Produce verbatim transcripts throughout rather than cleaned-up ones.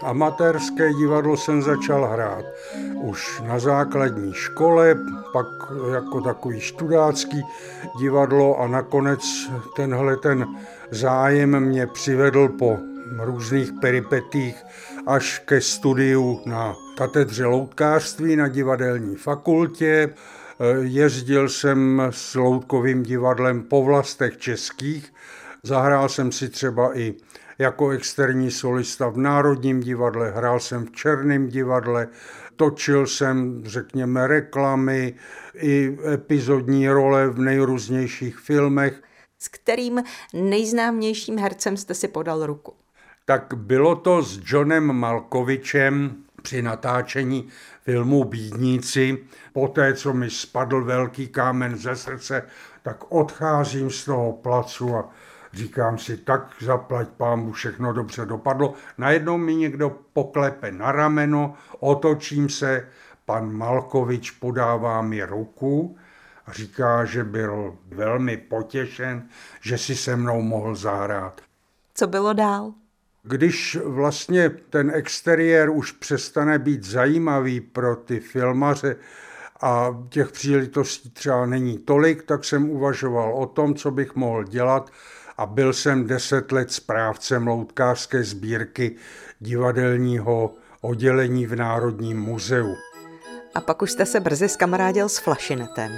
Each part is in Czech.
Amatérské divadlo jsem začal hrát už na základní škole, pak jako takový študácký divadlo a nakonec tenhle ten zájem mě přivedl po různých peripetích až ke studiu na katedře loutkářství na divadelní fakultě. Jezdil jsem s loutkovým divadlem po vlastech českých, zahrál jsem si třeba i jako externí solista v Národním divadle, hrál jsem v Černém divadle, točil jsem, řekněme, reklamy i epizodní role v nejrůznějších filmech. S kterým nejznámějším hercem jste si podal ruku? Tak bylo to s Johnem Malkovičem při natáčení filmu Bídníci. Poté, co mi spadl velký kámen ze srdce, tak odcházím z toho placu a říkám si, tak zaplať pámu, všechno dobře dopadlo. Najednou mi někdo poklepe na rameno, otočím se, pan Malkovič podává mi ruku a říká, že byl velmi potěšen, že si se mnou mohl zahrát. Co bylo dál? Když vlastně ten exteriér už přestane být zajímavý pro ty filmaře a těch příležitostí třeba není tolik, tak jsem uvažoval o tom, co bych mohl dělat a byl jsem deset let správcem loutkářské sbírky divadelního oddělení v Národním muzeu. A pak už jste se brzy zkamarádil s Flašinetem.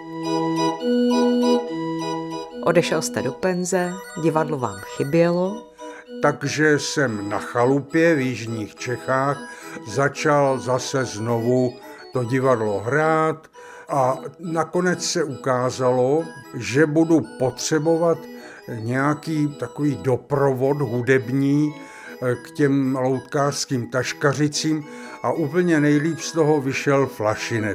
Odešel jste do penze, divadlo vám chybělo. Takže jsem na chalupě v jižních Čechách začal zase znovu to divadlo hrát a nakonec se ukázalo, že budu potřebovat nějaký takový doprovod hudební k těm loutkářským taškařicím a úplně nejlíp z toho vyšel Flašinet.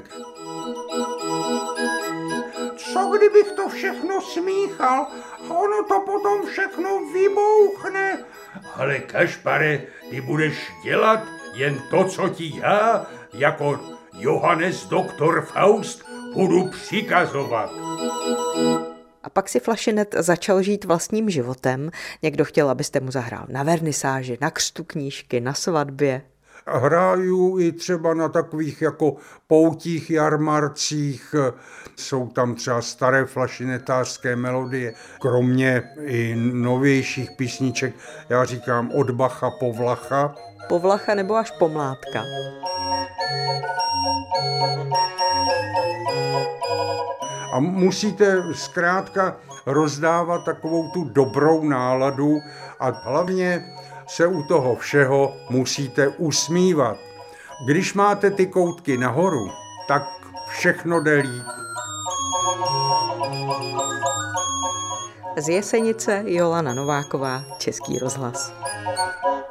Co kdybych to všechno smíchal a ono to potom všechno vybouchne? Ale Kašpare, ty budeš dělat jen to, co ti já, jako Johannes doktor Faust, budu přikazovat. A pak si Flašinet začal žít vlastním životem. Někdo chtěl, abyste mu zahrál na vernisáži, na křtu knížky, na svatbě. Hraju i třeba na takových jako poutích, jarmarcích, jsou tam třeba staré flašinetářské melodie, kromě i novějších písniček, já říkám od Bacha po Vlacha. Po Vlacha nebo až po Mládka. A musíte zkrátka rozdávat takovou tu dobrou náladu a hlavně se u toho všeho musíte usmívat. Když máte ty koutky nahoru, tak všechno jde líp. Z Jesenice Jolana Nováková, Český rozhlas.